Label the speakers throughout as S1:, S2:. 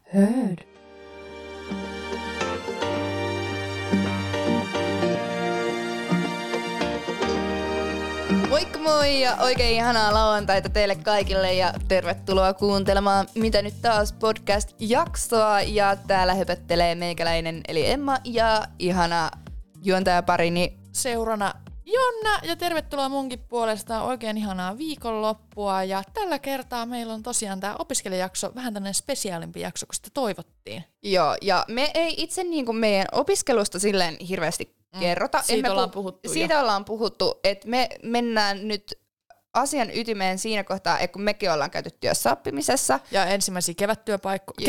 S1: Heard. Moikka moi ja oikein ihanaa lauantaita teille kaikille ja tervetuloa kuuntelemaan Mitä nyt taas podcast-jaksoa. Ja täällä höpöttelee meikäläinen eli Emma ja ihana juontajaparini
S2: seurana Jonna ja tervetuloa munkin puolesta oikein ihanaa viikonloppua ja tällä kertaa meillä on tosiaan tää opiskelijajakso vähän tämmönen spesiaalimpi jakso, kun sitä toivottiin.
S1: Joo, ja me ei itse niinku meidän opiskelusta silleen hirveästi kerrota.
S2: Siitä
S1: ollaan puhuttu, että me mennään nyt asian ytimeen siinä kohtaa, että kun mekin ollaan käyty työssäoppimisessa.
S2: Ja ensimmäisiä kesätyöpaikkoja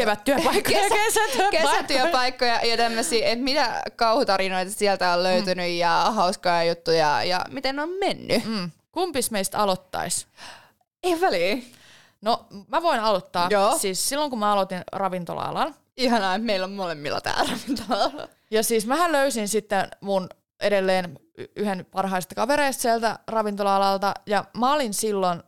S1: ja tämmöisiä, että mitä kauhutarinoita sieltä on löytynyt ja hauskaa juttuja ja miten on mennyt.
S2: Kumpis meistä aloittaisi?
S1: Ei väliä.
S2: No, mä voin aloittaa.
S1: Joo.
S2: Siis silloin, kun mä aloitin ravintola-alan.
S1: Ihanaa, että meillä on molemmilla tää ravintola-ala.
S2: Ja siis mähän löysin sitten mun edelleen yhden parhaista kavereista sieltä ravintola-alalta, ja mä olin silloin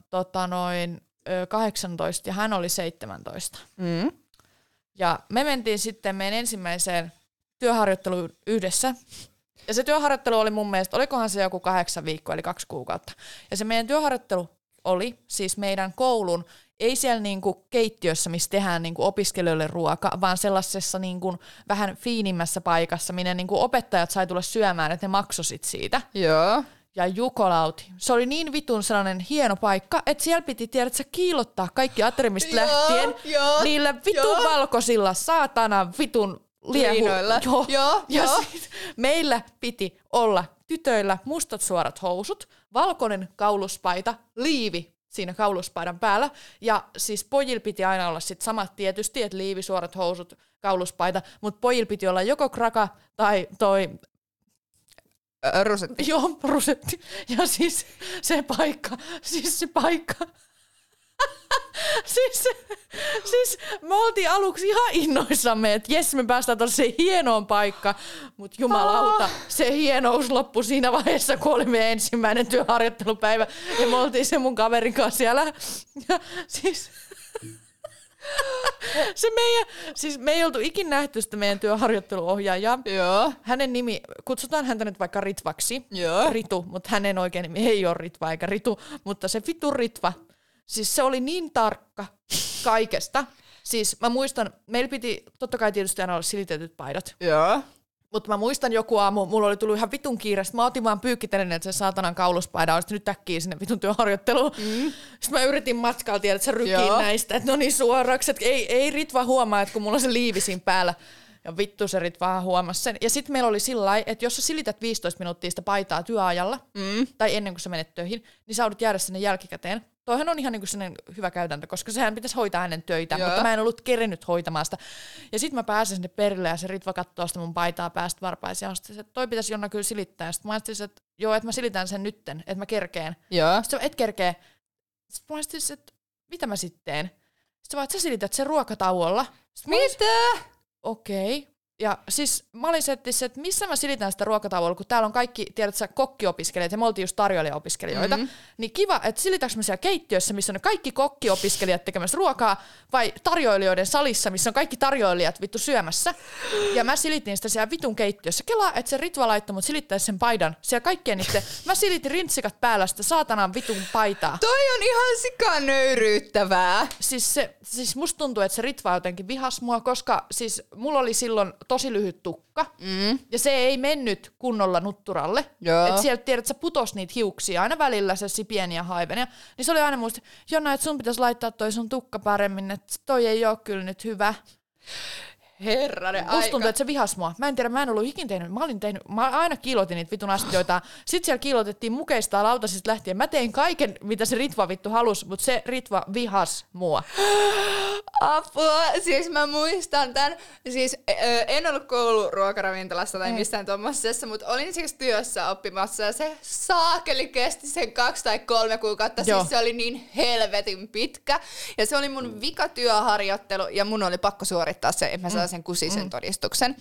S2: 18 ja hän oli 17. Ja me mentiin sitten meidän ensimmäiseen työharjoitteluun yhdessä. Ja se työharjoittelu oli mun mielestä, olikohan se joku 8 viikkoa, eli 2 kuukautta. Ja se meidän työharjoittelu oli siis meidän koulun, ei siellä niinku keittiössä, missä tehdään niinku opiskelijoille ruoka, vaan sellaisessa niinku vähän fiinimmässä paikassa, minne niinku opettajat sai tulla syömään, että ne maksoi sit siitä.
S1: Joo.
S2: Ja jukolauti. Se oli niin vitun sellainen hieno paikka, että siellä piti tiedätkö kiillottaa kaikki aterimista lähtien niillä vitun valkoisilla saatana vitun
S1: liinoilla.
S2: Joo. Siis meillä piti olla tytöillä mustat suorat housut, valkoinen kauluspaita, liivi siinä kauluspaidan päällä. Ja siis pojilla piti aina olla sit samat tietysti, että liivi, suorat housut, kauluspaita, mutta pojilla piti olla joko kraka tai toi
S1: rusetti.
S2: Joo, rusetti. Ja siis se paikka. Siis me oltiin aluksi ihan innoissamme, että jes, me päästään tosi hienoon paikkaan, mutta jumalauta, se hienous loppui siinä vaiheessa, kun oli meidän ensimmäinen työharjoittelupäivä, ja me oltiin sen mun kaverin kanssa siellä, ja siis me ei oltu ikin nähty sitä meidän työharjoitteluohjaajaa.
S1: Joo.
S2: Hänen nimi, kutsutaan häntä nyt vaikka Ritvaksi, Ritu, mutta hänen oikein nimi ei ole Ritva eikä Ritu, mutta se vitun Ritva. Siis se oli niin tarkka kaikesta. Siis mä muistan, meillä piti totta kai tietysti aina olla silitetyt paidat.
S1: Joo.
S2: Mutta mä muistan joku aamu, mulla oli tullut ihan vitun kiire. Sitten mä otin vaan pyykkitellen, että se saatanan kauluspaidan olisi nyt äkkiä sinne vitun työharjoitteluun. Sitten mä yritin matkalla tiedä, että se rykiin näistä, että no niin suoraksi. Että ei Ritva huomaa, että kun mulla on se liivi siinä päällä. Ja vittu se Ritva huomasi sen. Ja sitten meillä oli sillä lailla, että jos sä silität 15 minuuttia sitä paitaa työajalla, tai ennen kuin sä menet töihin, niin sä joudut jäädä sinne jälkikäteen. Toihan on ihan niin kuin sellainen hyvä käytäntö, koska sehän pitäisi hoitaa hänen töitä, mutta mä en ollut kerennyt hoitamaan sitä. Ja sitten mä pääsen sinne perille ja se Ritva katsoo sitä mun paitaa päästä varpaisiin. Ja sitten toi pitäisi Jonna kyllä silittää. Sitten mä ajattelin, että joo, että mä silitän sen nytten, että mä kerkeen.
S1: Joo.
S2: Sitten et kerkee. Sitten mä ajattelin, että mitä mä sitten teen? Sitten vaan, että sä silität sen ruokatauolla.
S1: Mitä?
S2: Okei. Ja siis mä olin että missä mä silitän sitä ruokatauolla, kun täällä on kaikki, tiedätkö, kokkiopiskelijat ja me oltiin just tarjoilijaopiskelijoita. Niin kiva, että silitäänkö me siellä keittiössä, missä on ne kaikki kokkiopiskelijat tekemässä ruokaa, vai tarjoilijoiden salissa, missä on kaikki tarjoilijat vittu syömässä. Ja mä silitin sitä siellä vitun keittiössä. Kelaa, että se Ritva laittoi mut silittäisi sen paidan. Siellä kaikkien niitten, mä silitin rintsikat päällä sitä saatanan vitun paitaa.
S1: Toi on ihan sikanöyryyttävää.
S2: Siis musta tuntuu, että se Ritva jotenkin vihas mua, koska siis mulla oli silloin tosi lyhyt tukka, ja se ei mennyt kunnolla nutturalle. Että sieltä tiedät, että sä putos niitä hiuksia aina välillä, se pieniä haivenia. Niin se oli aina musta, Jonna, että sun pitäisi laittaa toi sun tukka paremmin, että toi ei oo kyllä nyt hyvä.
S1: Herranen aika.
S2: Musta tuntuu, että se vihas mua. Mä en tiedä, mä en ollut ikin tehnyt. Mä aina kiilotin niitä vitun astioita. Sitten siellä kiilotettiin mukeista ja lautasista lähtien. Mä tein kaiken, mitä se Ritva vittu halusi, mutta se Ritva vihas mua.
S1: Apua. Siis mä muistan tämän. Siis en ollut kouluruokaravintolassa tai missään tommosessa, mutta olin siis työssä oppimassa ja se saakeli kesti sen 2 tai 3 kuukautta. Siis se oli niin helvetin pitkä. Ja se oli mun vikatyöharjoittelu ja mun oli pakko suorittaa se, että mä saan sen kusisen todistuksen.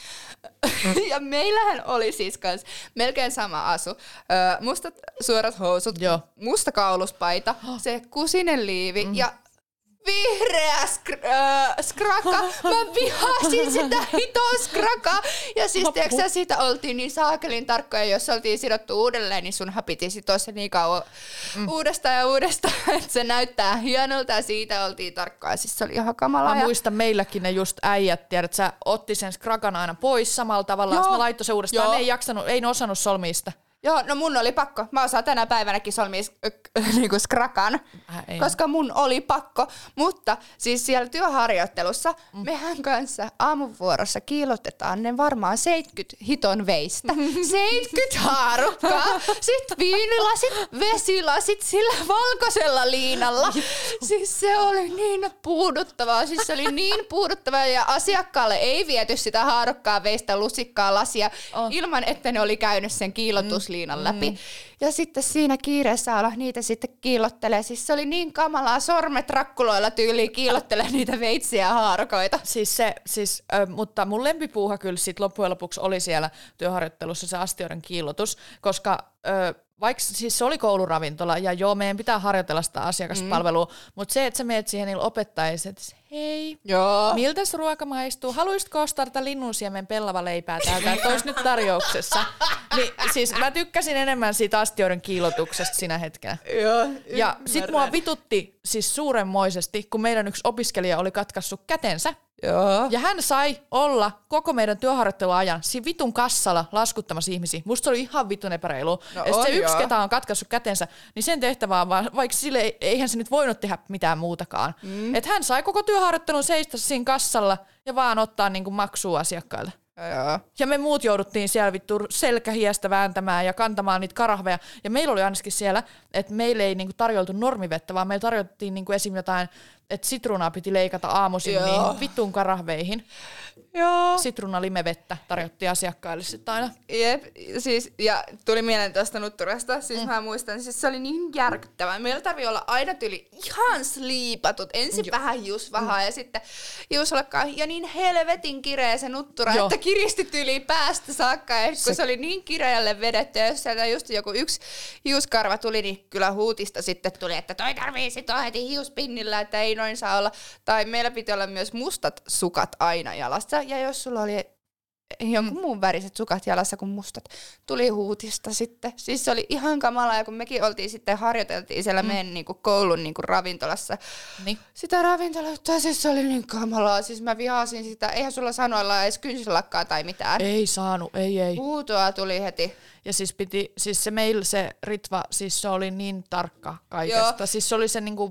S1: Ja meillähän oli siis kans melkein sama asu. Mustat suorat housut, musta kauluspaita, se kusinen liivi ja vihreä skraka. Mä vihasin sitä hitoa skrakaa. Ja siis tiiäksä, siitä oltiin niin saakelin tarkkoja, jos oltiin sidottu uudelleen, niin sunhan piti sitoa se niin kauan uudestaan ja uudestaan, että se näyttää hienolta ja siitä oltiin tarkkoja. Siis se oli ihan kamalaa.
S2: Mä muistan meilläkin ne just äijät, tiedät, sä otti sen skrakan aina pois samalla tavalla, sitten laittoi se uudestaan. Ne ei ne osannut solmia sitä.
S1: Joo, no mun oli pakko. Mä osaan tänä päivänäkin solmia niinku skrakan, koska mun oli pakko. Mutta siis siellä työharjoittelussa mehän kanssa aamuvuorossa kiillotetaan ne varmaan 70 hiton veistä. 70 haarukkaa, sitten viinilasit, vesilasit sillä valkoisella liinalla. Siis se oli niin puuduttavaa. Siis se oli niin puuduttavaa ja asiakkaalle ei viety sitä haarukkaa, veistä, lusikkaa, lasia ilman, että ne oli käynyt sen kiillotusliinan läpi. Ja sitten siinä kiireessä ala niitä sitten kiillottelee. Siis se oli niin kamalaa, sormet rakkuloilla tyyliin kiillottelee niitä veitsiä ja haarukoita.
S2: Mutta mun lempipuuha kyllä sit loppujen lopuksi oli siellä työharjoittelussa se astioiden kiillotus, koska vaikka siis se oli kouluravintola ja joo, meidän pitää harjoitella sitä asiakaspalvelua, mutta se, että sä meet siihen niillä opettajille, että hei, miltäs ruoka maistuu? Haluaisitko ostaa tätä linnunsiemen pellava leipää täältä, että olisi nyt tarjouksessa? Niin siis mä tykkäsin enemmän siitä astioiden kiillotuksesta siinä hetkenä. Ja sit mua vitutti siis suuremmoisesti, kun meidän yksi opiskelija oli katkaissut kätensä. Joo. Ja hän sai olla koko meidän työharjoitteluajan siinä vitun kassalla laskuttamassa ihmisiä. Musta se oli ihan vitun epäreilu. No ja se yksi, ketä on katkaissut kätensä, niin sen tehtävä on vaan, vaikka sille eihän se nyt voinut tehdä mitään muutakaan. Että hän sai koko työharjoittelun seistä siinä kassalla ja vaan ottaa niinku maksua asiakkailta. Ja me muut jouduttiin siellä vittu selkähiestä vääntämään ja kantamaan niitä karahveja. Ja meillä oli ainakin siellä, että meille ei niinku tarjoltu normivettä, vaan meillä tarjottiin niinku esim. Jotain, että sitruunaa piti leikata aamuisin niin vittun karahveihin. Joo. Sitruunalimevettä tarjottiin asiakkaille sitten aina.
S1: Jep, siis, ja tuli mieleen tuosta nutturasta, siis mä muistan, siis se oli niin järkyttävää. Meillä tarvii olla aina tyli ihan sliipatut, ensin vähän hiusvahaa ja sitten hiusolakkaa, ja niin helvetin kireä se nuttura, että kiristi tyli päästä saakka, ja kun se oli niin kireälle vedetty, ja jos sieltä just joku yksi hiuskarva tuli, niin kyllä huutista sitten tuli, että toi tarvii sitoa heti hiuspinnillä, että ei noin saa olla. Tai meillä piti olla myös mustat sukat aina jalassa, ja jos sulla oli jonkun muun väriset sukat jalassa kuin mustat, tuli huutista sitten. Siis se oli ihan kamalaa, ja kun mekin oltiin sitten, harjoiteltiin siellä meidän niinku koulun niinku ravintolassa. Niin. Sitä ravintolaa, siis se oli niin kamalaa. Siis mä vihasin sitä, eihän sulla sanoilla edes kynsilakkaa tai mitään.
S2: Ei saanut, ei.
S1: Huutoa tuli heti.
S2: Ja siis se meillä se Ritva, siis se oli niin tarkka kaikesta. Joo. Siis se oli se niinku,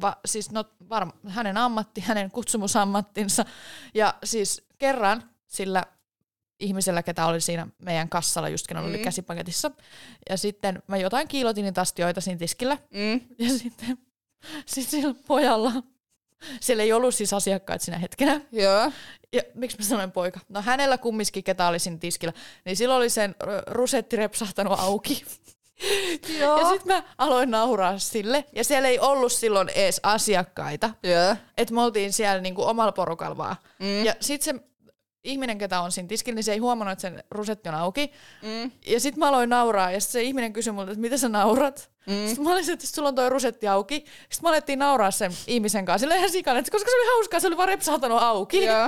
S2: hänen hänen kutsumusammattinsa. Ja siis kerran sillä ihmisellä, ketä oli siinä meidän kassalla, just kun oli käsipaketissa. Ja sitten mä jotain kiilotin niitä astioita siinä tiskillä. Ja sitten sillä pojalla, siellä ei ollut siis asiakkaita siinä hetkenä.
S1: Joo.
S2: Ja miksi mä sanoin poika? No hänellä kumminkin, ketä oli siinä tiskillä, niin silloin oli sen rusetti repsahtanut auki. Joo. Ja sitten mä aloin nauraa sille, ja siellä ei ollut silloin edes asiakkaita. Joo. Että me oltiin siellä niinku omalla porukalla vaan. Ja sitten se ihminen, ketä on siinä tiskillä, niin se ei huomannut, että sen rusetti on auki. Ja sit mä aloin nauraa, ja se ihminen kysyi multa, että mitä sä naurat? Sitten mä olin, että sulla on toi rusetti auki. Sitten mä alettiin nauraa sen ihmisen kanssa. Silleen ihan sikana, koska se oli hauskaa, se oli vaan repsahtanut auki. Joo.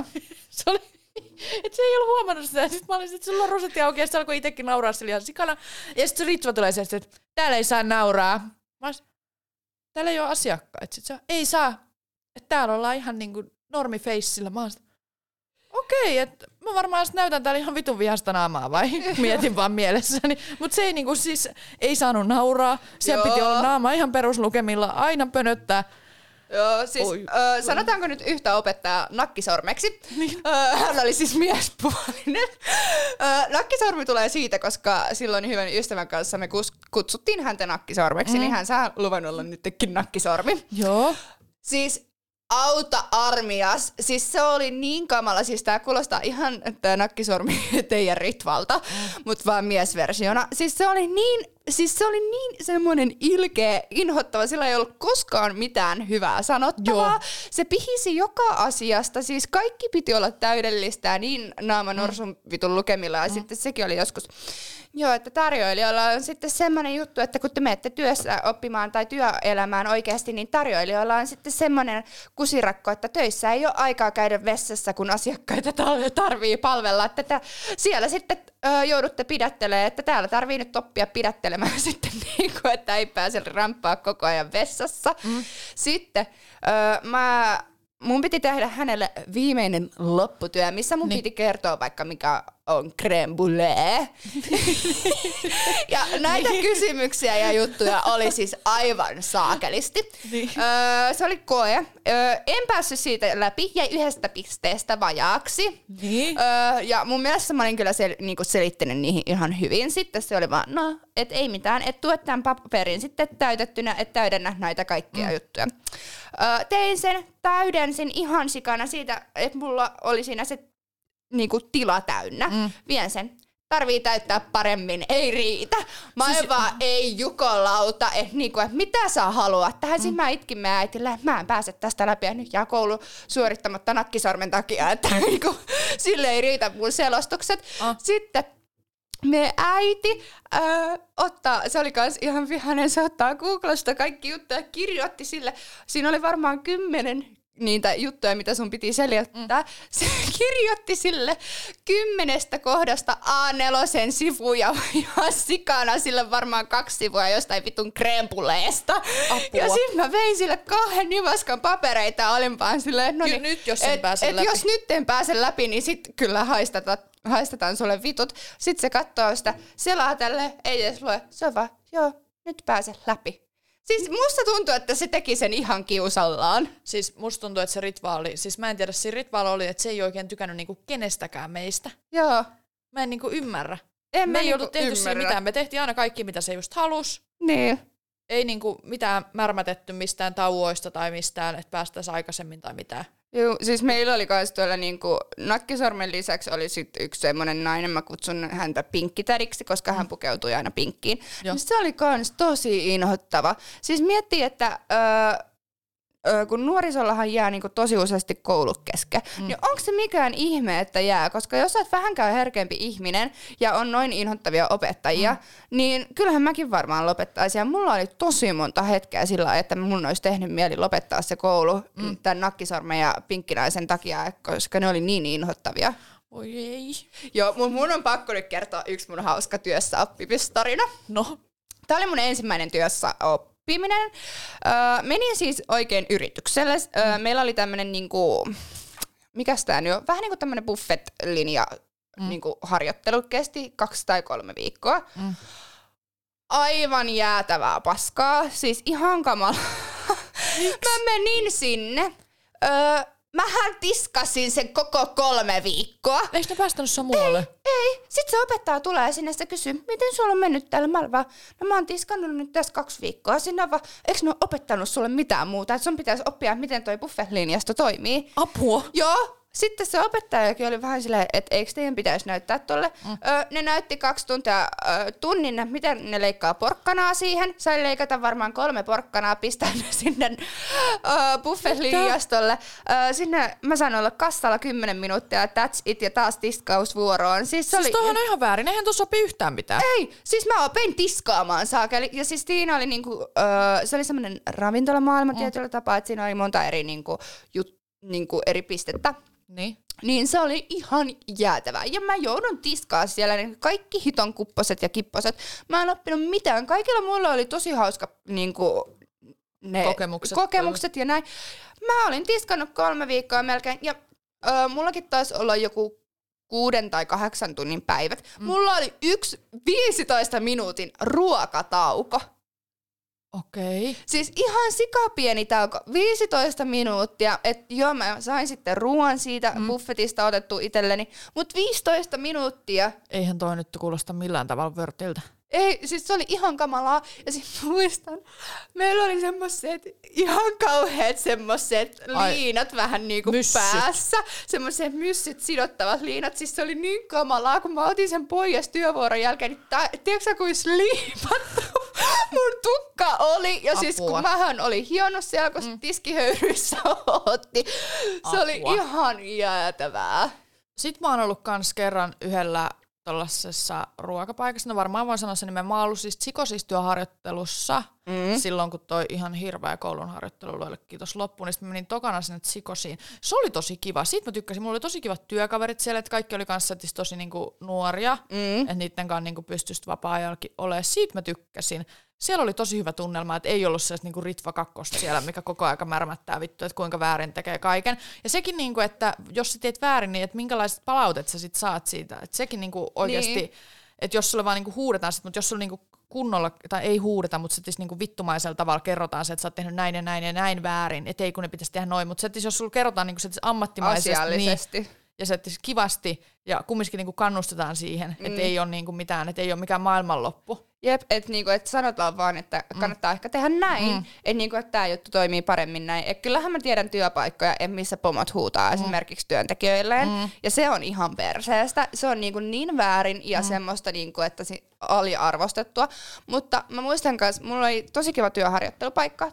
S2: Että se ei ollut huomannut sitä. Sitten mä olin, että sulla on rusetti auki, ja sitten alkoi itsekin nauraa sille ihan sikana. Ja sitten se Ritva tulee sieltä, että täällä ei saa nauraa. Mä olisin, täällä ei ole asiakkaita. Sitten se ei saa. Että täällä ollaan ihan niinku normifeissillä. Mä olisin, okei, että mä varmaan näytän täällä ihan vitun vihasta naamaa vai? Mietin vaan mielessäni. Mutta se ei niinku siis, ei saanut nauraa. Siellä piti olla naama ihan peruslukemilla, aina pönöttää.
S1: Joo, siis sanotaanko nyt yhtä opettajaa nakkisormeksi. Niin. Hän oli siis miespuolinen. Nakkisormi tulee siitä, koska silloin hyvän ystävän kanssa me kutsuttiin häntä nakkisormeksi, niin hän saa luvan olla nytkin nakkisormi. Joo. Siis auta armias. Siis se oli niin kamala. Siis tää kuulostaa ihan tää nakkisormi teidän Ritvalta, mutta vaan miesversiona. Siis se oli niin siis se oli niin semmoinen ilkeä, inhottava, sillä ei ollut koskaan mitään hyvää sanottavaa. Joo. Se pihisi joka asiasta, siis kaikki piti olla täydellistä ja niin naamanorsun vitun lukemilla ja sitten sekin oli joskus. Joo, että tarjoilijoilla on sitten semmoinen juttu, että kun te menette työssä oppimaan tai työelämään oikeasti, niin tarjoilijoilla on sitten semmoinen kusirakko, että töissä ei ole aikaa käydä vessassa, kun asiakkaita tarvii palvella. Että siellä sitten joudutte pidättelemään, että täällä tarvii nyt oppia pidättelemään sitten niin kuin, että ei pääse ramppaa koko ajan vessassa. Sitten mun piti tehdä hänelle viimeinen lopputyö, missä mun piti kertoa vaikka mikä on crème brûlée. Ja näitä kysymyksiä ja juttuja oli siis aivan saakelisti. Niin. Se oli koe. En päässyt siitä läpi, jäi 1 pisteestä vajaaksi. Niin. Ja mun mielestä mä olin kyllä niinku selittänyt niihin ihan hyvin. Sitten se oli vaan, no, et ei mitään, et tuo tämän paperin sitten täytettynä, et täydennä näitä kaikkia juttuja. Tein sen, täydensin ihan sikana siitä, että mulla oli siinä se niinku tila täynnä. Vien sen. Tarvii täyttää paremmin, ei riitä. Mä siis, vaan, ei jukolauta, että niinku, et mitä sä haluat. Tähän siis mä itkin meidän äitille, että mä en pääse tästä läpi ja nyt jää koulu suorittamatta nakkisormen takia, että niinku, sille ei riitä mun selostukset. Sitten meidän äiti se oli kans ihan vihainen, se ottaa Googlesta kaikki juttuja, kirjoitti sille. Siinä oli varmaan 10 niitä juttuja, mitä sun piti selittää. Se kirjoitti sille 10 kohdasta A4 sivuja ja sikana sille varmaan 2 sivua jostain vitun krempuleesta. Ja sit mä vein sille 2 nivaskan papereita ja olin vaan silleen, no niin,
S2: nyt jos en pääse läpi.
S1: Jos nyt en pääse läpi, niin sit kyllä haistetaan sulle vitut. Sit se katsoo sitä, selaa tälleen, ei edes lue. Se on vaan, joo, nyt pääse läpi. Siis musta tuntuu, että se teki sen ihan kiusallaan.
S2: Siis musta tuntuu, että se Ritva oli, siis mä en tiedä, se Ritva oli, että se ei oikein tykännyt niinku kenestäkään meistä.
S1: Joo.
S2: Mä en niinku ymmärrä.
S1: Me
S2: ei ollut tehty siinä mitään, me tehtiin aina kaikki, mitä se just halusi.
S1: Niin.
S2: Ei niinku mitään märmätetty mistään tauoista tai mistään, että päästäisiin aikaisemmin tai mitään.
S1: Joo, siis meillä oli kans tuolla niinku nakkisormen lisäksi oli sit yksi semmonen nainen, mä kutsun häntä pinkkitädiksi, koska hän pukeutui aina pinkkiin. Se oli kans tosi inhottava. Siis miettii, että kun nuorisollahan jää niinku tosi useasti koulut kesken, niin onko se mikään ihme, että jää? Koska jos olet vähänkään herkempi ihminen ja on noin inhottavia opettajia, niin kyllähän mäkin varmaan lopettaisin. Ja mulla oli tosi monta hetkeä sillä, että mun olisi tehnyt mieli lopettaa se koulu tämän nakkisormen ja pinkkinaisen takia, koska ne oli niin inhottavia.
S2: Oi ei.
S1: Joo, mun on pakko nyt kertoa yksi mun hauska työssä oppimistarina.
S2: No?
S1: Tää oli mun ensimmäinen työssä oppiminen. Menin siis oikein yritykselle. Meillä oli tämmönen niinku, mikäs tää nyt on? Vähän niinku tämmönen buffet-linja niinku harjoittelu. Kesti 2 tai 3 viikkoa. Aivan jäätävää paskaa. Siis ihan kamala. Mä menin sinne. Mähän tiskasin sen koko 3 viikkoa.
S2: Eikö ne päästänyt sua muualle?
S1: Ei. Sitten se opettaja tulee sinne ja kysyy, miten sulla on mennyt täällä? Mä vaan, no mä oon tiskannut nyt tässä 2 viikkoa. Sinne vaan, eikö ne ole opettanut sulle mitään muuta? Että sun pitäisi oppia, miten toi buffet-linjasto toimii.
S2: Apua.
S1: Joo. Sitten se opettajakin oli vähän silleen, että eikö teidän pitäisi näyttää tolle. Ne näytti 2 tuntia tunnin, miten ne leikkaa porkkanaa siihen. Sai leikata varmaan 3 porkkanaa, pistää ne sinne buffet-linjastolle. Sinne mä sain olla kassalla 10 minuuttia, that's it, ja taas tiskausvuoroon. Siis
S2: toihan on ihan väärin, eihän tuossa sopi yhtään mitään.
S1: Ei, siis mä opin tiskaamaan saakeli. Ja siis siinä oli niinku, se oli semmoinen ravintolamaailma tietyllä tapaa, että siinä oli monta eri niinku eri pistettä. Niin se oli ihan jäätävää. Ja mä joudun tiskaa siellä ne kaikki hiton kupposet ja kipposet. Mä en oppinut mitään. Kaikilla mulla oli tosi hauska niinku, ne kokemukset ja näin. Mä olin tiskannut 3 viikkoa melkein. Ja mullakin taisi olla joku 6 tai 8 tunnin päivät. Mulla oli 15 minuutin ruokatauko.
S2: Okei.
S1: Siis ihan sikapieni tauko, 15 minuuttia, että joo mä sain sitten ruoan siitä buffetista otettu itselleni, mutta 15 minuuttia.
S2: Eihän toi nyt kuulosta millään tavalla vörtiltä.
S1: Ei, siis se oli ihan kamalaa. Ja siis muistan, meillä oli semmoiset ihan kauheat semmoiset liinat vähän niinku päässä. Semmoiset myssyt sidottavat liinat. Siis se oli niin kamalaa, kun mä otin sen pois työvuoron jälkeen. Niin tiedätkö kuin liipattu mun tukka oli. Ja siis kun mähän oli hionnut siellä, kun se tiskihöyryissä otti. Se oli ihan jäätävää.
S2: Sitten mä oon ollut kans kerran yhdellä tuollaisessa ruokapaikassa. No varmaan voin sanoa sen nimen. Mä oon ollut siis Tsikosissa-työharjoittelussa silloin, kun toi ihan hirveä koulun harjoittelu oli kiitos loppuun. Niin sitten mä menin tokana sinne Tsikosiin. Se oli tosi kiva. Siitä mä tykkäsin. Mulla oli tosi kivat työkaverit siellä, että kaikki oli kanssa tosi niinku nuoria. Että niitten kanssa niinku pystyisi vapaa-ajallakin olemaan. Siitä mä tykkäsin. Siellä oli tosi hyvä tunnelma, että ei ollut sellaista niinku Ritva kakkosta siellä, mikä koko aika märmättää vittu, että kuinka väärin tekee kaiken. Ja sekin, niinku, että jos sä teet väärin, niin että minkälaiset palautet sä sit saat siitä. Että sekin niinku oikeasti, että jos sulle vaan niinku huudetaan sit, mutta jos sulle niinku kunnolla, tai ei huudeta, mutta sitten niinku vittumaisella tavalla kerrotaan se, että sä oot tehnyt näin ja näin ja näin väärin, että ei kun ne pitäisi tehdä noin, mutta jos sulle kerrotaan niinku se ammattimaisesti, niin, ja se kivasti, ja kumminkin niinku kannustetaan siihen, että ei ole niinku mitään, että ei ole mikään maailmanloppu.
S1: Jep, että niinku, et sanotaan vaan, että kannattaa ehkä tehdä näin, että niinku, et tämä juttu toimii paremmin näin. Et kyllähän mä tiedän työpaikkoja, missä pomot huutaa esimerkiksi työntekijöilleen, ja se on ihan perseestä. Se on niinku niin väärin ja semmoista, niinku, että aliarvostettua. Mutta mä muistan kanssa, mulla oli tosi kiva työharjoittelupaikka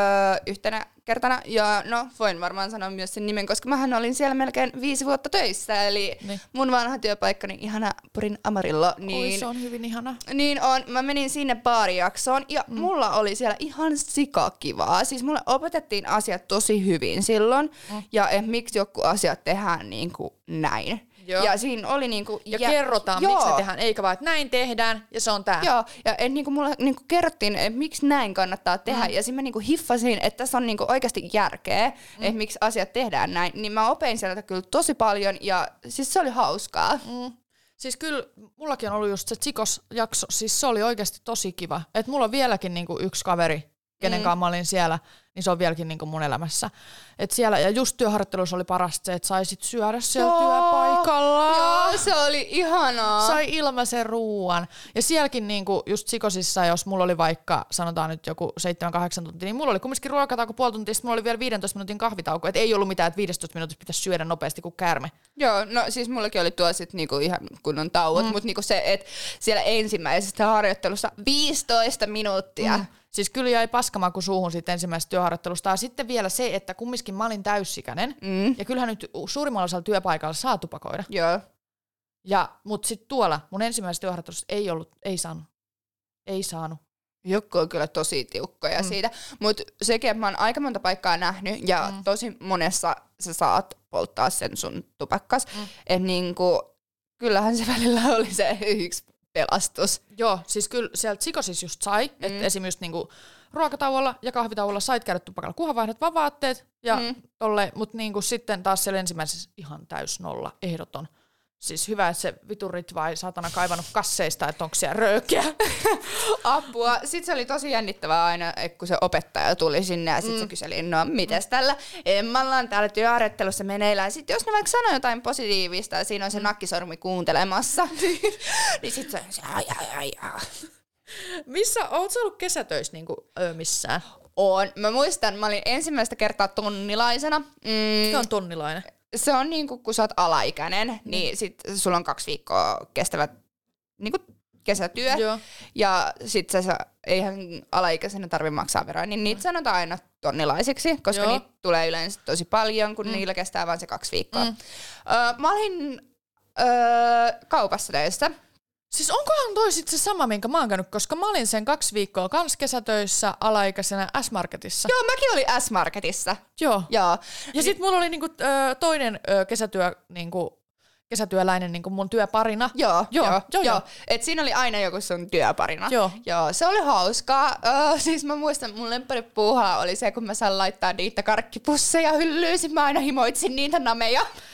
S1: yhtenä kertana, ja no voin varmaan sanoa myös sen nimen, koska mähän olin siellä melkein 5 vuotta töissä, eli mun vanha työpaikkani ihana Porin Amarillo. Niin,
S2: oi, se on hyvin ihana.
S1: Niin on, mä menin sinne baarijaksoon, ja mulla oli siellä ihan sikakivaa. Siis mulle opetettiin asiat tosi hyvin silloin, ja miksi joku asiat tehdään niin kuin näin. Joo. Ja siinä oli niinku...
S2: Ja kerrotaan, miksi ne tehdään, eikä vaan, että näin tehdään, ja se on tää.
S1: Joo, ja niinku mulle niinku kerrottiin, että miksi näin kannattaa tehdä, ja sitten mä niinku hiffasin, että tässä on niinku oikeasti järkeä, että miksi asiat tehdään näin. Niin mä opin sieltä kyllä tosi paljon, ja siis se oli hauskaa.
S2: Siis kyllä, mullakin on ollut just se Tsikos-jakso, siis se oli oikeasti tosi kiva. Että mulla on vieläkin niinku yksi kaveri, kenen kanssa mä olin siellä, niin se on vieläkin niinku mun elämässä. Et siellä, ja just työharjoittelussa oli parasta se, että saisit syödä siellä työpaikalla.
S1: Joo, se oli ihanaa.
S2: Sai ilmaisen ruuan. Ja sielläkin niinku just Tsikosissa, jos mulla oli vaikka, sanotaan nyt joku 7-8 tuntia, niin mulla oli kumminkin ruokatauko puoli tuntia, sitten mulla oli vielä 15 minuutin kahvitauko. Et ei ollut mitään, että 15 minuutissa pitäisi syödä nopeasti kuin käärme.
S1: Joo, no siis mullakin oli tuo sit niinku ihan kunnon tauot, mutta niinku se, että siellä ensimmäisessä harjoittelussa 15 minuuttia.
S2: Siis kyllä jäi paskamaku suuhun siitä ensimmäisestä työharjoittelusta. Ja sitten vielä se, että kumminkin mä olin täysikäinen. Ja kyllähän nyt suurimmalla osalla työpaikalla saa tupakoida.
S1: Joo.
S2: Mutta sitten tuolla mun ensimmäisessä työharjoittelussa ei saanut.
S1: Joku on kyllä tosi tiukkoja siitä. Mutta sekin, että mä oon aika monta paikkaa nähnyt ja tosi monessa sä saat polttaa sen sun tupakkas. Että niinku, kyllähän se välillä oli se yksi pelastus.
S2: Joo, siis kyllä siellä Tsikosissa just sai, että esimerkiksi niinku ruokatauolla ja kahvitauolla sait käydä tupakalla, kunhan vaihdat vaan vaatteet ja tolleen, mutta niinku sitten taas siellä ensimmäisessä ihan täys nolla, ehdoton. Siis hyvä, että se vitun Ritva ei saatana kaivannut kasseista, että onko siellä röökiä.
S1: Apua. Sitten se oli tosi jännittävää aina, kun se opettaja tuli sinne ja sitten se kyseli, no mites tällä Emmalla on täällä työharjoittelussa meneillään. Sitten jos ne vaikka sanoo jotain positiivista ja siinä on se nakkisormi kuuntelemassa, niin sitten se on ai.
S2: Missä, oot sä ollut kesätöissä niinku missään?
S1: On. Mä muistan, mä olin ensimmäistä kertaa tonnilaisena.
S2: Mikä on tonnilainen?
S1: Se on niinku, kun sä oot alaikäinen, niin sit sulla on 2 viikkoa kestävä niinku kesätyö. Joo. Ja sit eihän alaikäisenä tarvitse maksaa veroa, niin niitä sanotaan aina tonnilaisiksi, koska niitä tulee yleensä tosi paljon, kun niillä kestää vain se 2 viikkoa. Mä olin kaupassa töissä.
S2: Siis onkohan toi sit se sama, minkä mä oon käynyt, koska mä olin sen 2 viikkoa kans kesätöissä alaikäisenä S-Marketissa.
S1: Joo, mäkin olin S-Marketissa.
S2: Joo. Ja sit mulla oli niinku, toinen kesätyöläinen niinku mun työparina.
S1: Joo. Et siinä oli aina joku sun työparina. Joo, se oli hauskaa. Siis mä muistan, mun lempparipuuhaa oli se, kun mä saan laittaa niitä karkkipusseja hyllyyn. Mä aina himoitsin niitä nameja.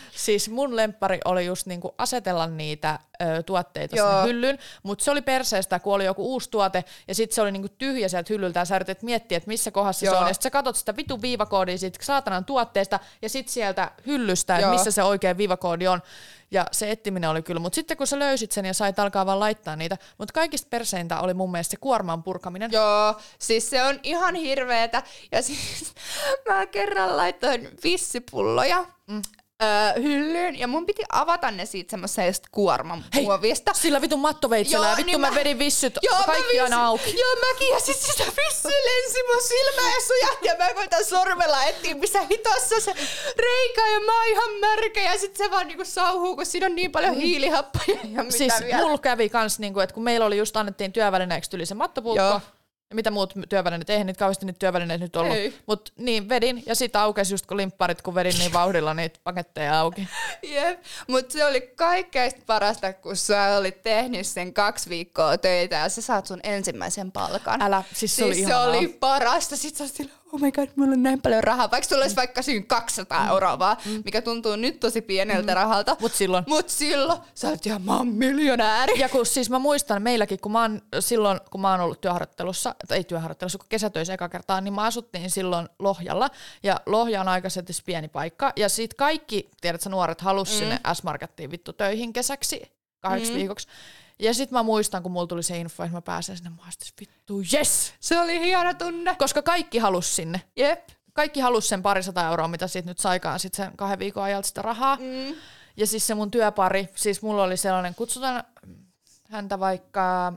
S2: Siis mun lemppari oli just niinku asetella niitä tuotteita sinne hyllyyn, mutta se oli perseestä, kun oli joku uusi tuote, ja sitten se oli niinku tyhjä sieltä hyllyltä, ja sä yritit miettiä, että missä kohdassa se on, ja sitten sä katot sitä vitun viivakoodia siitä saatanan tuotteesta, ja sitten sieltä hyllystä, että missä se oikea viivakoodi on. Ja se etsiminen oli kyllä, mutta sitten kun sä löysit sen ja sait alkaa vaan laittaa niitä, mutta kaikista perseintä oli mun mielestä se kuorman purkaminen.
S1: Joo, siis se on ihan hirveetä. Ja siis mä kerran laitoin vissipulloja hyllyyn ja mun piti avata ne siitä semmoisesta kuorman muovista.
S2: Sillä vitun mattoveitsellä ja vittu mä vedin vissyt kaikki aina auki.
S1: Joo, mäkin ja sit sitä vissy lensi mun silmään ja sujahti ja mä koitan sormella etsiä missä hitossa se reikä ja mä oon ihan märkä ja sit se vaan niinku sauhuu, kun siinä on niin paljon hiilihappoja ja mitä
S2: siis
S1: vielä.
S2: Mulla kävi kans niinku, että kun meillä oli just annettiin työvälineeksi tyli se mattopulkko, ja mitä muut työvälineet, eihän niitä kauheasti niitä työvälineet nyt ollut. Mut niin, vedin ja sit aukesi just kun limpparit, kun vedin niin vauhdilla niitä paketteja auki.
S1: Jep, mut se oli kaikkein parasta, kun sä olit tehnyt sen 2 viikkoa töitä ja sä saat sun ensimmäisen palkan.
S2: Älä, siis se oli ihanaa.
S1: Se oli parasta. Sit sä oot sillä, oh my god, mulla on näin paljon rahaa. Vaikka sulla olisi vaikka siinä 200 euroa vaan, mikä tuntuu nyt tosi pieneltä rahalta.
S2: Mut silloin
S1: sä oot ihan, mä oon miljonääri.
S2: Ja kun siis mä muistan meilläkin, kun mä oon ollut kun kesätöissä eka kertaa, niin mä asuttiin silloin Lohjalla. Ja Lohja on aika pieni paikka. Ja sit kaikki, tiedätkö, nuoret halusi sinne S-Markettiin vittu töihin kesäksi 8 viikoksi. Ja sit mä muistan, kun mulla tuli se info, että mä pääsen sinne, mä astin vittu, yes!
S1: Se oli hieno tunne.
S2: Koska kaikki halusi sinne.
S1: Jep.
S2: Kaikki halusi sen 200 euroa, mitä siitä nyt saikaan sit sen 2 viikon ajalta sitä rahaa. Ja siis se mun työpari, siis mulla oli sellainen, kutsutaan häntä vaikka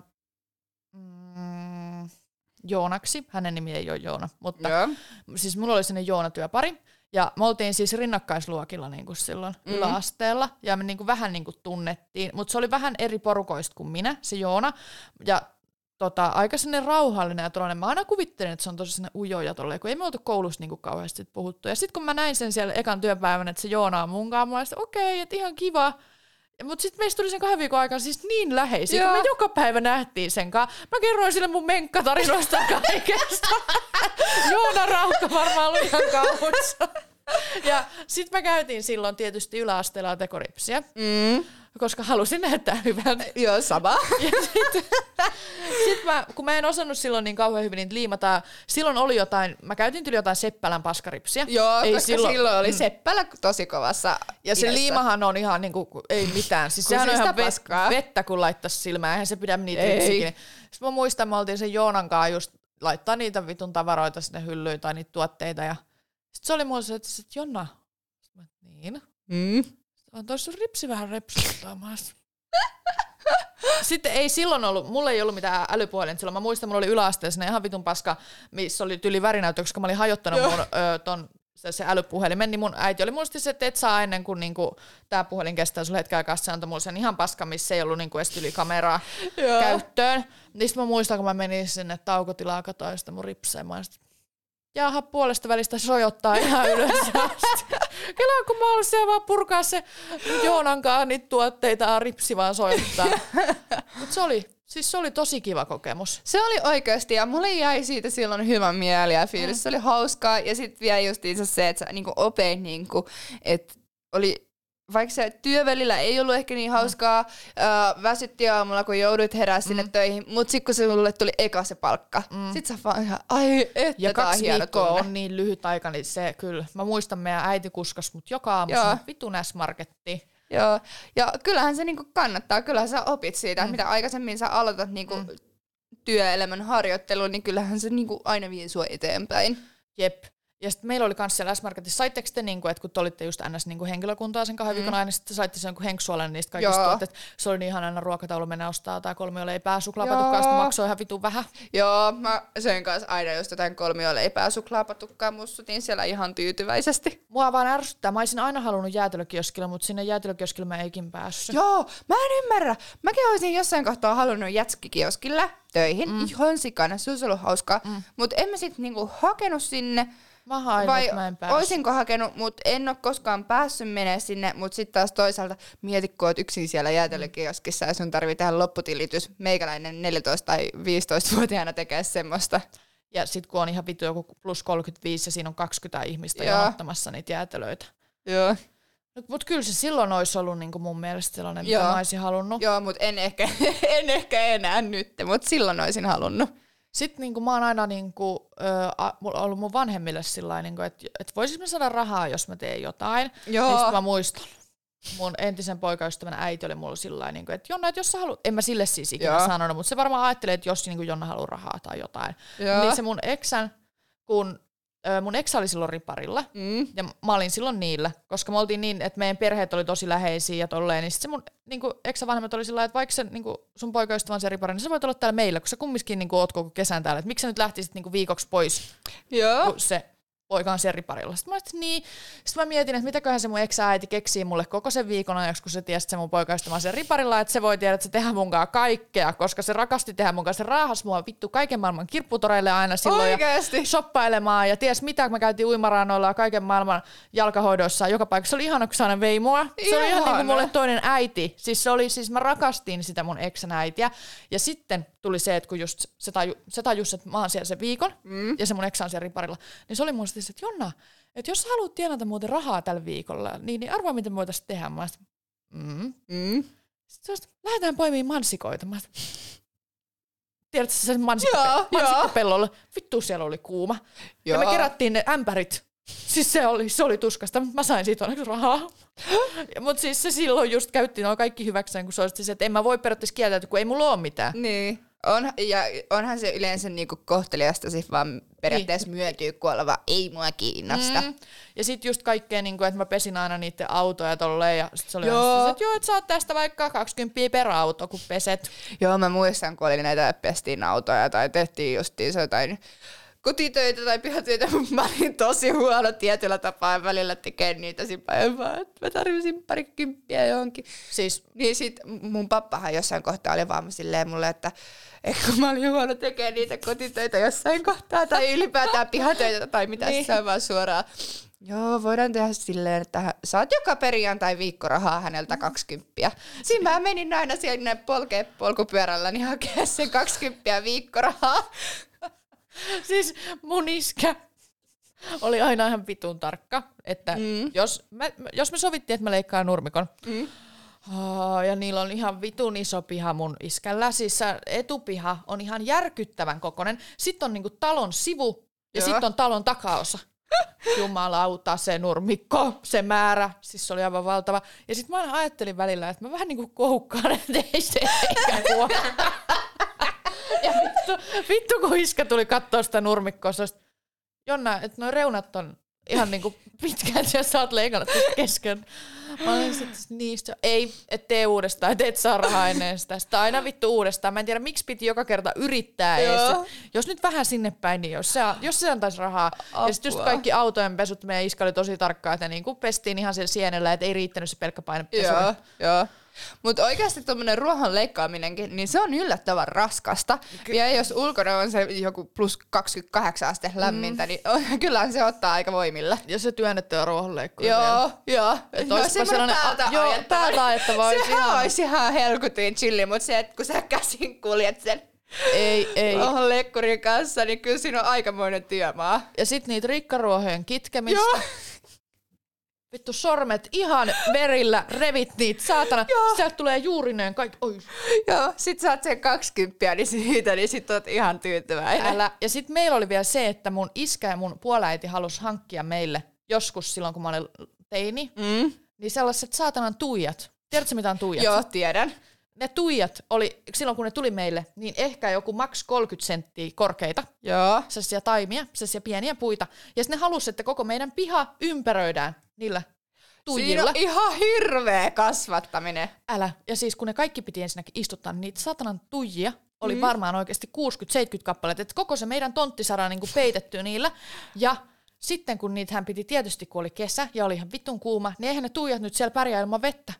S2: Joonaksi. Hänen nimi ei ole Joona, mutta siis mulla oli sellainen Joona-työpari. Ja me oltiin siis rinnakkaisluokilla niin kuin silloin yläasteella, ja me niin kuin vähän niin kuin tunnettiin, mutta se oli vähän eri porukoista kuin minä, se Joona, ja aika sellainen rauhallinen ja tollainen. Mä aina kuvittelin, että se on tosi sellainen ujoja tolleen, kun ei me oltu koulussa niin kuin kauheasti puhuttu. Ja sitten kun mä näin sen siellä ekan työpäivän, että se Joona on munkaan, mä olin okei, että ihan kiva. Mutta sitten meistä tuli sen 2 viikon aikana siis niin läheisiä, kun me joka päivä nähtiin sen kanssa. Mä kerroin sille mun menkkatarinoista kaikesta. Joona Raukka varmaan oli ihan kauhuissa. Ja sitten mä käytiin silloin tietysti yläasteella tekoripsiä, koska halusin näyttää hyvältä.
S1: Joo, sama.
S2: Sitten kun mä en osannut silloin niin kauhean hyvin niitä liimata, silloin oli jotain, mä käytin yli jotain Seppälän paskaripsiä.
S1: Joo, koska silloin oli Seppälä tosi kovassa.
S2: Ja se liimahan on ihan niinku, ei mitään. Siis sehän on ihan vettä, kun laittaisi silmään, eihän se pidä niitä ripsiäkin. Sitten mä muistan, mä oltiin sen Joonan kanssa just laittaa niitä vitun tavaroita sinne hyllyyn tai niitä tuotteita. Ja sitten se oli mulle se, että Jonna, niin. On tois sun ripsi vähän repsuttamassa. Sitten ei silloin ollut, mulla ei ollut mitään älypuhelinta silloin. Mä muistan, mulla oli yläasteessa ihan vitun paska, missä oli tyli värinäyttö, koska mä olin hajottanut mun se älypuhelimen, niin mun äiti oli muista se, että et saa ennen kuin niinku, tää puhelin kestää sulle hetken aikaa, se antoi mulle sen ihan paska, missä ei ollut niinku edes yli kameraa käyttöön. Niin sit mä muistan, kun mä menin sinne taukotilaa, katoin sitä mun ripseä, mä jaha, puolesta välistä sojottaa ihan ylös asti. Kelaa, kun mä olin siellä vaan purkaa se Joonankaan niitä tuotteita, ripsi vaan sojottaa. Mutta se oli tosi kiva kokemus.
S1: Se oli oikeasti, ja mulle jäi siitä silloin hyvä mieli ja fiilis. Se oli hauskaa, ja sitten vielä justiinsa se, että sä niinku opeit, niinku, että oli, vaikka se työvälillä ei ollut ehkä niin hauskaa, väsytti aamulla, kun joudut herää sinne töihin, mutta sitten kun sulle tuli eka se palkka, sit sä vaan ihan, ai, että
S2: ja
S1: tää on
S2: 2
S1: hieno
S2: viikkoa
S1: tunne.
S2: on niin lyhyt aika, niin se kyllä. Mä muistan, meidän äiti kuskas mut joka aamu sinne vitun S-Markettiin.
S1: Joo, ja kyllähän se niinku kannattaa, kyllähän sä opit siitä, että mitä aikaisemmin sä aloitat niinku työelämän harjoittelun, niin kyllähän se niinku aina vie sua eteenpäin.
S2: Jep. Ja sitten meillä oli myös siellä S-Marketissa, saitteko te, niinku, että kun te olitte just ns. Niinku henkilökuntaa sen 2 viikon aina, niin sitten saitte sen henksuolen niistä kaikista tuotteista. Se oli niin ihan aina ruokataulu mennä ostaa tai 3 leipää, suklaapatukkaa, sitten maksoi ihan vitun vähän.
S1: Joo, mä söin kanssa aina just jotain 3 leipää, suklaapatukkaa, mussutin siellä ihan tyytyväisesti.
S2: Mua vaan ärsyttää, mä olisin aina halunnut jäätelökioskilla, mutta sinne jäätelökioskilla mä eikin päässyt.
S1: Joo, mä en ymmärrä. Mäkin olisin jossain kohtaa halunnut jätskikioskilla töihin, ihan sikana, se olisi ollut hauskaa, mutta en mä sit niinku hakenut sinne.
S2: Mä hain,
S1: vai
S2: mä en päässyt.
S1: oisinko hakenut, mutta en ole koskaan päässyt menemään sinne, mutta sitten taas toisaalta mieti, kun oot yksin siellä jäätelökioskissa ja sun tarvii tehdä lopputilitys. Meikäläinen 14- tai 15-vuotiaana tekee semmoista.
S2: Ja sit kun on ihan vitu joku plus 35 ja siinä on 20 ihmistä jonottamassa niitä jäätelöitä.
S1: Joo.
S2: No, mutta kyllä se silloin olisi ollut niin kuin mun mielestä sellainen, mitä mä olisin halunnut.
S1: Joo, mutta en ehkä enää nyt, mutta silloin olisin halunnut.
S2: Sitten niin kuin mä oon aina niin kuin, ollut mun vanhemmille sillain, niin että voisin mä saada rahaa, jos mä teen jotain.
S1: Joo.
S2: Ja sitten mä muistan. Mun entisen poikaystävän äiti oli mulla sillain, niin että Jonna, että jos sä haluat, en mä sille siis ikinä sanonut, mutta se varmaan ajattelee, että jos niin kuin Jonna haluaa rahaa tai jotain. Joo. Niin se mun eksän, kun mun eksä oli silloin riparilla, ja mä olin silloin niillä, koska me oltiin niin, että meidän perheet oli tosi läheisiä ja tolleen, niin sit se mun niinku, eksä vanhemmat oli sillä että vaikka se, niinku, sun poikaystävä on se ripari, niin sä voit olla täällä meillä, kun sä kumminkin niinku, oot koko kesän täällä, että miksi sä nyt lähtisit niinku, viikoksi pois, kun se poika on siellä riparilla. Sitten mä ajattelin, niin. Sitten mä mietin, että mitäköhän se mun eksä-äiti keksii mulle koko sen viikon ajaksi, kun se tiesi, että se mun poikaystävä on siellä riparilla, että se voi tiedä, että se tehdä munkaan kaikkea, koska se rakasti tehdä munkaan. Se raahas mua vittu kaiken maailman kirpputoreille aina silloin.
S1: Oikeesti?
S2: Ja shoppailemaan ja ties mitä, kun mä käytiin uimarannoilla ja kaiken maailman jalkahoidoissa joka paikassa. Se oli ihana, kun se aina vei mua. Se oli ihan niin kuin mulle toinen äiti. Siis mä rakastin sitä mun eksän äitiä. Ja sitten tuli se, että kun just se tajusi, että mä oon siellä sen viikon ja se mun eksä on siellä riparilla, niin se oli mun sitten, että Jonna, että jos sä haluat tienata muuten rahaa tällä viikolla, niin arvaa, miten me voitaisiin tehdä. Mä sitten lähdetään poimimaan mansikoita. Tiedätkö sen mansikkapellolle? Vittu, siellä oli kuuma. Joo. Ja me kerättiin ne ämpärit. Siis se oli tuskasta, mutta mä sain siitä onneksi rahaa. Mutta siis se silloin just käytti nuo kaikki hyväkseen, kun se olisi, että en mä voi periaatteessa kieltäytyä, kun ei mulla ole mitään.
S1: Niin. Onhan se yleensä niinku kohteliasta siis vaan periaatteessa myöntyy kuoleva, ei mua kiinnosta.
S2: Ja sit just kaikkea, niinku, että mä pesin aina niiden autoja tolleen, ja sit se oli että saat tästä vaikka 20 per auto, kun peset.
S1: Joo, mä muistan, kun oli näitä, pestiin autoja tai tehtiin justiin jotain kotitöitä tai pihatöitä, mutta mä olin tosi huono tietyllä tapaa välillä tekemään niitä vaan, että mä tarvitsin parikymppiä johonkin.
S2: Siis,
S1: niin sit mun pappahan jossain kohtaa oli vaan silleen mulle, että kun mä olin huono tekemään niitä kotitöitä jossain kohtaa tai ylipäätään pihatöitä tai mitä niin. Se on vaan suoraan. Joo, voidaan tehdä silleen, että saat joka perjantai viikkorahaa häneltä 20. Siinä mä menin aina sinne polkupyörälläni hakea sen 20 viikkorahaa.
S2: Siis mun iskä oli aina ihan vitun tarkka, että jos me sovittiin, että mä leikkaan nurmikon, ja niillä on ihan vitun iso piha mun iskällä, siis etupiha on ihan järkyttävän kokoinen, sitten on niinku talon sivu ja sitten on talon takaosa. Jumalauta, se nurmikko, se määrä, siis se oli aivan valtava. Ja sitten mä aina ajattelin välillä, että mä vähän niinku koukkaan, että ei se eikä ja vittu kun iskä tuli kattoo sitä nurmikkoa, se olisi, Jonna, että noi reunat on ihan niinku pitkään, että sä oot leikannut tästä kesken. Mä olin sitten niistä, ei, et tee uudestaan, et et saa rahaa ennen sitä. Sitä aina vittu uudestaan. Mä en tiedä, miksi piti joka kerta yrittää edes. Jos nyt vähän sinne päin, niin jos se antaisi rahaa. Apua. Ja sitten just kaikki autojen pesut, meidän iska oli tosi tarkkaa, että niinku pestiin ihan siellä sienellä, että ei riittänyt se pelkkä painepesu.
S1: Joo. Mutta oikeasti tuommoinen ruohon leikkaaminenkin, niin se on yllättävän raskasta. Ja jos ulkona on se joku plus 28 astetta lämmintä, niin kyllähän se ottaa aika voimilla.
S2: Ja se työnnettyä ruohonleikkuu.
S1: Joo.
S2: No semmoinen päältä ajettava olisi
S1: sehän olisi ihan helkutin chilli, mutta se, että kun sä käsin kuljet sen
S2: ei.
S1: ruohonleikkurin kanssa, niin kyllä siinä on aikamoinen työmaa.
S2: Ja sit niitä rikkaruohojen kitkemistä. Joo. Vittu sormet ihan verillä, revit niitä, saatana. Sieltä tulee juurineen kaikki. Oi.
S1: Joo, sit saat sen 20, niin siitä, niin sit oot ihan tyytyväinen.
S2: Ja sit meillä oli vielä se, että mun iskä ja mun puoläiti halusi hankkia meille joskus silloin, kun mä olin teini, niin sellaiset saatanan tuijat. Tiedätkö mitä on tuijat?
S1: Joo, tiedän.
S2: Ne tuijat oli, silloin kun ne tuli meille, niin ehkä joku maks 30 senttiä korkeita.
S1: Joo.
S2: Sellaisia taimia, sellaisia pieniä puita. Ja sitten ne halusi, että koko meidän piha ympäröidään niillä tuijilla.
S1: Siinä on ihan hirveä kasvattaminen.
S2: Älä. Ja siis kun ne kaikki piti ensinnäkin istuttaa, niin niitä satanan tuijia oli varmaan oikeasti 60-70 kappaleita. Että koko se meidän tontti saadaan niinku peitettyä niillä. Ja sitten kun niitähän piti tietysti, kun oli kesä ja oli ihan vitun kuuma, niin eihän ne tuijat nyt siellä pärjää ilman vettä.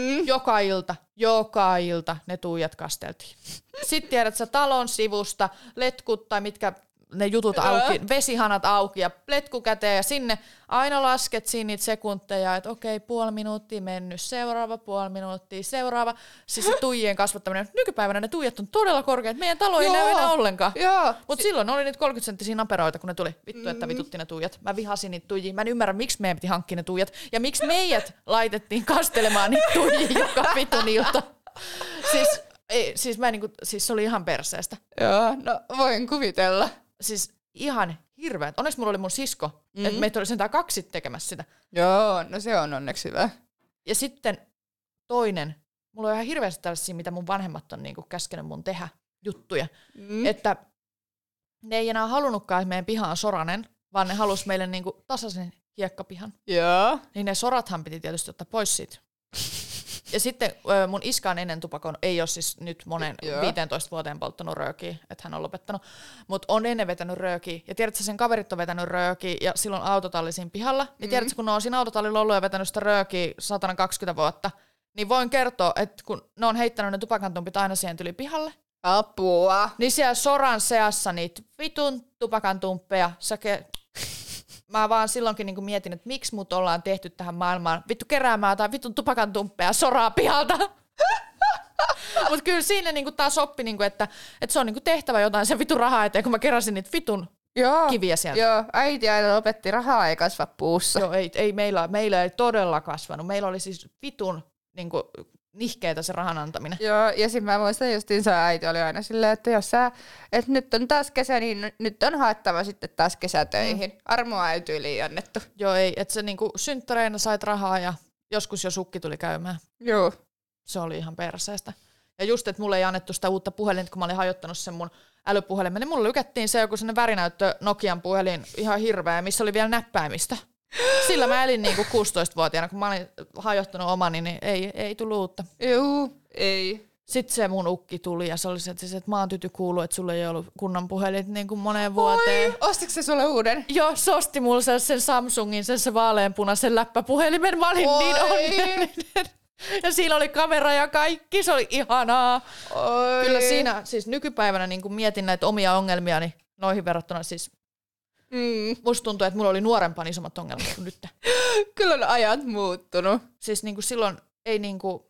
S2: Joka ilta ne tuijat kasteltiin. Sitten tiedät sä talon sivusta, letkut tai mitkä ne jutut auki, vesihanat auki ja pletku käteen ja sinne aina lasket siinä niitä sekunteja, että okei, puoli minuuttia mennyt, seuraava puoli minuuttia, seuraava. Siis se tuijien kasvattaminen. Nykypäivänä ne tuijat on todella korkeat, meidän talo ei näy enää ollenkaan. Mutta silloin oli niitä 30-senttisiä naperoita, kun ne tuli. Vittu, että vitutti ne tuijat. Mä vihasin niitä tuijia. Mä en ymmärrä, miksi meidän piti hankkia ne tuijat ja miksi meidät laitettiin kastelemaan niitä tuijia joka vitun ilta. Siis se oli ihan perseestä.
S1: Joo, no voin kuvitella.
S2: Siis ihan hirveät. Onneksi mulla oli mun sisko, että meitä oli sentään 2 tekemässä sitä.
S1: Joo, no se on onneksi hyvä.
S2: Ja sitten toinen, mulla on ihan hirveästi tällaisia, mitä mun vanhemmat on niinku käskenyt mun tehdä juttuja. Että ne ei enää halunnutkaan, että meidän piha on soranen, vaan ne halus meille niinku tasaisen hiekkapihan.
S1: Joo.
S2: Niin ne sorathan piti tietysti ottaa pois siitä. Ja sitten mun iska on ennen tupakon, ei ole siis nyt monen 15 vuoteen polttanut röökiä, että hän on lopettanut, mutta on ennen vetänyt röökiä. Ja tiedätkö, sen kaverit on vetänyt röökiä ja silloin autotalli siinä pihalla. Ja tiedätkö, kun ne on siinä autotallilla ollut ja vetänyt sitä röökiä 120 vuotta, niin voin kertoa, että kun ne on heittänyt ne tupakantumpit aina siihen tyli pihalle.
S1: Apua.
S2: Niin siellä soran seassa niitä vitun tupakantumppeja, mä vaan silloinkin niinku mietin, että miksi mut ollaan tehty tähän maailmaan vittu keräämään jotain vitun tupakantumppeja soraa pihalta. Mut kyllä siinä niinku taas oppi, niinku, että se on niinku tehtävä jotain sen vitun rahaa eteen, kun mä keräsin niitä vitun kiviä sieltä.
S1: Joo, äiti aina opetti, rahaa ei kasva puussa.
S2: Joo, ei meillä ei todella kasvanut. Meillä oli siis vitun niinku nihkeetä se rahan antaminen.
S1: Joo, ja sitten mä muistan justiinsa äiti oli aina silleen, että jos että nyt on taas kesä, niin nyt on haettava sitten taas kesätöihin. Armoa ei tyyliin annettu.
S2: Joo, ei, että se niinku synttäreinä sait rahaa ja joskus jo sukki tuli käymään.
S1: Joo.
S2: Se oli ihan perseestä. Ja just, että mulle ei annettu sitä uutta puhelinta, kun mä olin hajottanut sen mun älypuhelimen, niin mulle lykättiin se joku sellainen värinäyttö Nokian puhelin ihan hirveä, missä oli vielä näppäimistä. Sillä mä elin niinku 16-vuotiaana, kun mä olin hajottanut omani, niin ei tullut uutta.
S1: Joo, ei.
S2: Sitten se mun ukki tuli ja se oli se, että maan tyty kuului, että sulla ei ollut kunnon puhelin niin kuin moneen vuoteen.
S1: Oi, ostiko se sulle uuden?
S2: Joo, se osti mulle sen Samsungin, sen vaaleanpunaisen läppäpuhelimen. Mä olin niin onnellinen. Ja siinä oli kamera ja kaikki, se oli ihanaa.
S1: Oi.
S2: Kyllä siinä, siis nykypäivänä niin kun mietin näitä omia ongelmiani noihin verrattuna, siis musta tuntuu, että mulla oli nuorempaan isommat ongelmat kuin nyt.
S1: Kyllä on ajat muuttunut.
S2: Siis niin kuin silloin ei niin kuin...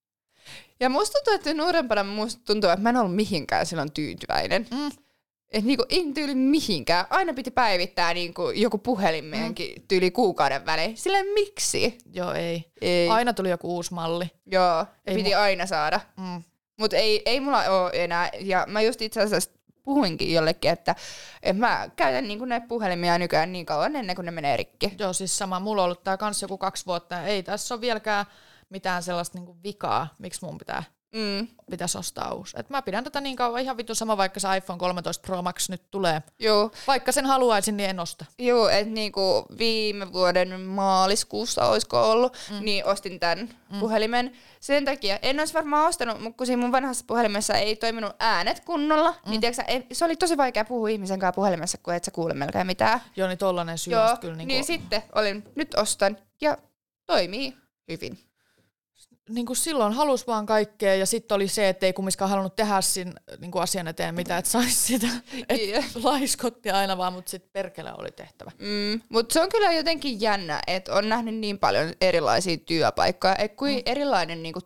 S1: Ja musta tuntuu, että nuorempana että mä en ollut mihinkään silloin tyytyväinen. Että niinku ei tyyli mihinkään. Aina piti päivittää niinku joku puhelin meidänkin tyyli kuukauden välein. Silleen miksi?
S2: Joo, ei. Aina tuli joku uusi malli.
S1: Joo, piti aina saada. Mutta ei mulla ole enää. Ja mä just itse asiassa puhuinkin jollekin, että mä käytän niinku näitä puhelimia nykyään niin kauan ennen kuin ne menee rikki.
S2: Joo, siis sama. Mulla on ollut tää kans joku 2 vuotta. Ei tässä ole vieläkään mitään sellaista niinku vikaa, miksi mun pitäisi ostaa uusi. Et mä pidän tätä niin kauan ihan vittu sama, vaikka se iPhone 13 Pro Max nyt tulee.
S1: Joo.
S2: Vaikka sen haluaisin, niin en osta.
S1: Joo, että niinku viime vuoden maaliskuussa olisiko ollut, niin ostin tämän puhelimen. Sen takia en olisi varmaan ostanut, mutta kun siinä mun vanhassa puhelimessa ei toiminut äänet kunnolla, niin tiiäksä, se oli tosi vaikea puhua ihmisen kanssa puhelimessa, kun et sä kuule melkein mitään.
S2: Joo, niin tollanen syy kyllä.
S1: Niin sitten nyt ostan ja toimii hyvin.
S2: Niin kuin silloin halusi vaan kaikkea ja sitten oli se, että ei kumminkaan halunnut tehdä siinä niin kuin asian eteen mitä, että saisi sitä. Laiskotti aina vaan, mutta sitten perkele oli tehtävä.
S1: Mutta se on kyllä jotenkin jännä, että on nähnyt niin paljon erilaisia työpaikkoja, että kuin erilainen niin kuin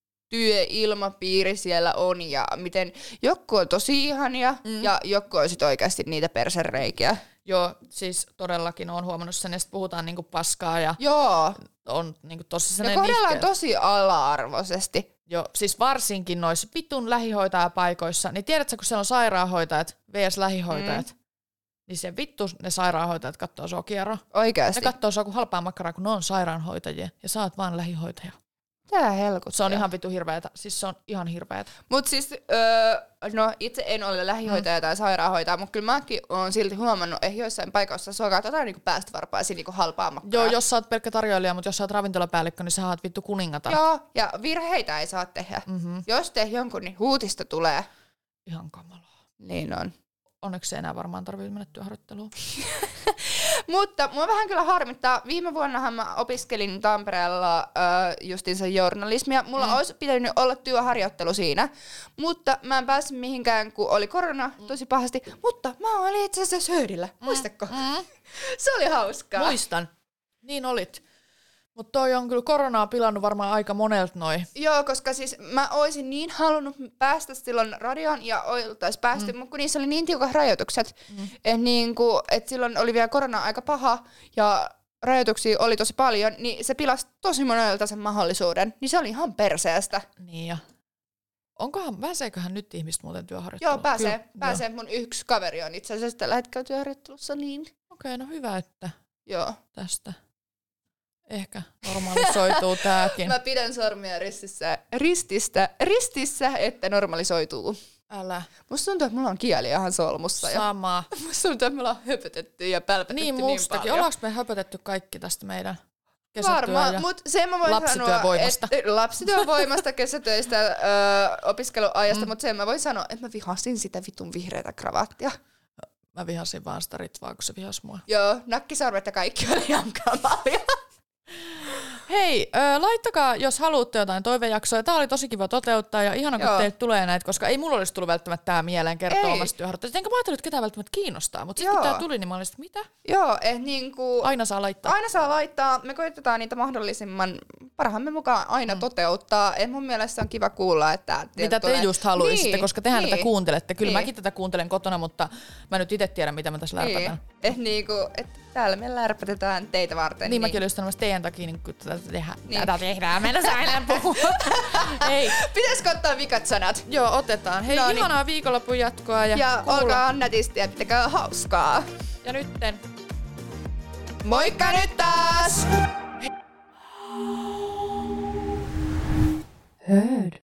S1: työilmapiiri siellä on ja miten joku on tosi ihania ja joku on sitten oikeasti niitä persereikiä.
S2: Joo, siis todellakin olen huomannut sen, että puhutaan niinku paskaa ja on niinku tosi sellainen
S1: ja kohdellaan tosi ala-arvoisesti.
S2: Joo, siis varsinkin noissa vitun lähihoitajapaikoissa, niin tiedätkö, kun siellä on sairaanhoitajat vs. lähihoitajat, niin se vittu ne sairaanhoitajat kattoo sua kierroa.
S1: Oikeasti.
S2: Ne kattoo sua kuin halpaa makkaraa, kun ne on sairaanhoitajia ja sä oot vaan lähihoitaja.
S1: Tää helkuttaa.
S2: Se on ihan vittu hirveetä. Siis se on ihan hirveetä.
S1: Mut siis, no itse en ole lähihoitaja tai sairaanhoitaja, mutta kyllä mäkin oon silti huomannut, että joissain paikoissa suokaa niinku päästövarpaisia niinku halpaa makkaraa.
S2: Joo, jos sä oot pelkkä tarjoilija, mutta jos sä oot ravintolapäällikkö, niin sä oot vittu kuningatar.
S1: Joo, ja virheitä ei saa tehdä. Jos teet jonkun, niin huutista tulee.
S2: Ihan kamalaa.
S1: Niin on.
S2: onneksi ei enää varmaan tarvitse mennä työharjoitteluun.
S1: Mutta mua vähän kyllä harmittaa. Viime vuonnahan mä opiskelin Tampereella justiinsa journalismia. Mulla olisi pitänyt olla työharjoittelu siinä, mutta mä en päässyt mihinkään, kun oli korona tosi pahasti. Mutta mä olin itse asiassa Höydillä. Muistatko? Se oli hauskaa.
S2: Muistan. Niin olit. Mutta toi on kyllä koronaa pilannut varmaan aika monelta noin.
S1: Joo, koska siis mä oisin niin halunnut päästä silloin radioon ja oltais päästy, mutta kun niissä oli niin tiukat rajoitukset, että silloin oli vielä korona aika paha ja rajoituksia oli tosi paljon, niin se pilasi tosi monelta sen mahdollisuuden. Niin se oli ihan perseestä.
S2: Niin ja. Pääseeköhän nyt ihmiset muuten työharjoitteluun?
S1: Joo, pääsee. Mun yksi kaveri on itse asiassa tällä hetkellä työharjoittelussa, niin.
S2: Okei, no hyvä, että
S1: joo.
S2: Tästä ehkä normalisoituu tääkin.
S1: Mä pidän sormia ristissä, että normalisoituu.
S2: Älä.
S1: Musta tuntuu, että mulla on kieli ihan solmussa.
S2: Sama.
S1: Ja musta tuntuu, että me ollaan höpötetty ja pälpätetty niin
S2: mustakin.
S1: paljon.
S2: Ollaanko me höpötetty kaikki tästä meidän kesätyö
S1: varmaan, mutta sen mä voin
S2: lapsityövoimasta.
S1: Sanoa, että lapsityövoimasta, kesätöistä, opiskeluajasta, mutta sen mä voin sanoa, että mä vihasin sitä vitun vihreätä kravattia.
S2: Mä vihasin vaan sitä Ritvaa, kun se vihasi mua.
S1: Joo, nakkisarvet ja kaikki oli ihan kamalia.
S2: Hei, laittakaa, jos haluatte jotain toivejaksoja. Tää oli tosi kiva toteuttaa ja ihana, kun teille tulee näitä, koska ei mulla olisi tullut välttämättä tää mieleen kertoa omasta työharjoittelusta. Enkä mä ajatellut, että ketään välttämättä kiinnostaa, mutta sitten kun tää tuli, niin mä olin sit, mitä?
S1: Joo, niinku.
S2: Aina saa laittaa.
S1: Aina saa laittaa. Me koitetaan niitä mahdollisimman parhaamme mukaan aina toteuttaa. Et mun mielestä on kiva kuulla, että
S2: mitä te just haluaisitte, koska tehän tätä kuuntelette. Kyllä mäkin tätä kuuntelen kotona, mutta mä nyt itse tiedän, mitä mä tässä lärpätän.
S1: Niinku, täällä me lärpätetään teitä varten.
S2: Niin mäkin olin just teidän takia, niin kun tätä tehdään. Meillä saa enää puhua. Hei.
S1: Pitäisikö ottaa vikat sanat?
S2: Joo, otetaan. Hei, ihanaa viikonlopun jatkoa. Ja
S1: olkaa nätisti ja pitäkää hauskaa.
S2: Ja nytten.
S1: Moikka nyt taas!
S2: Heard.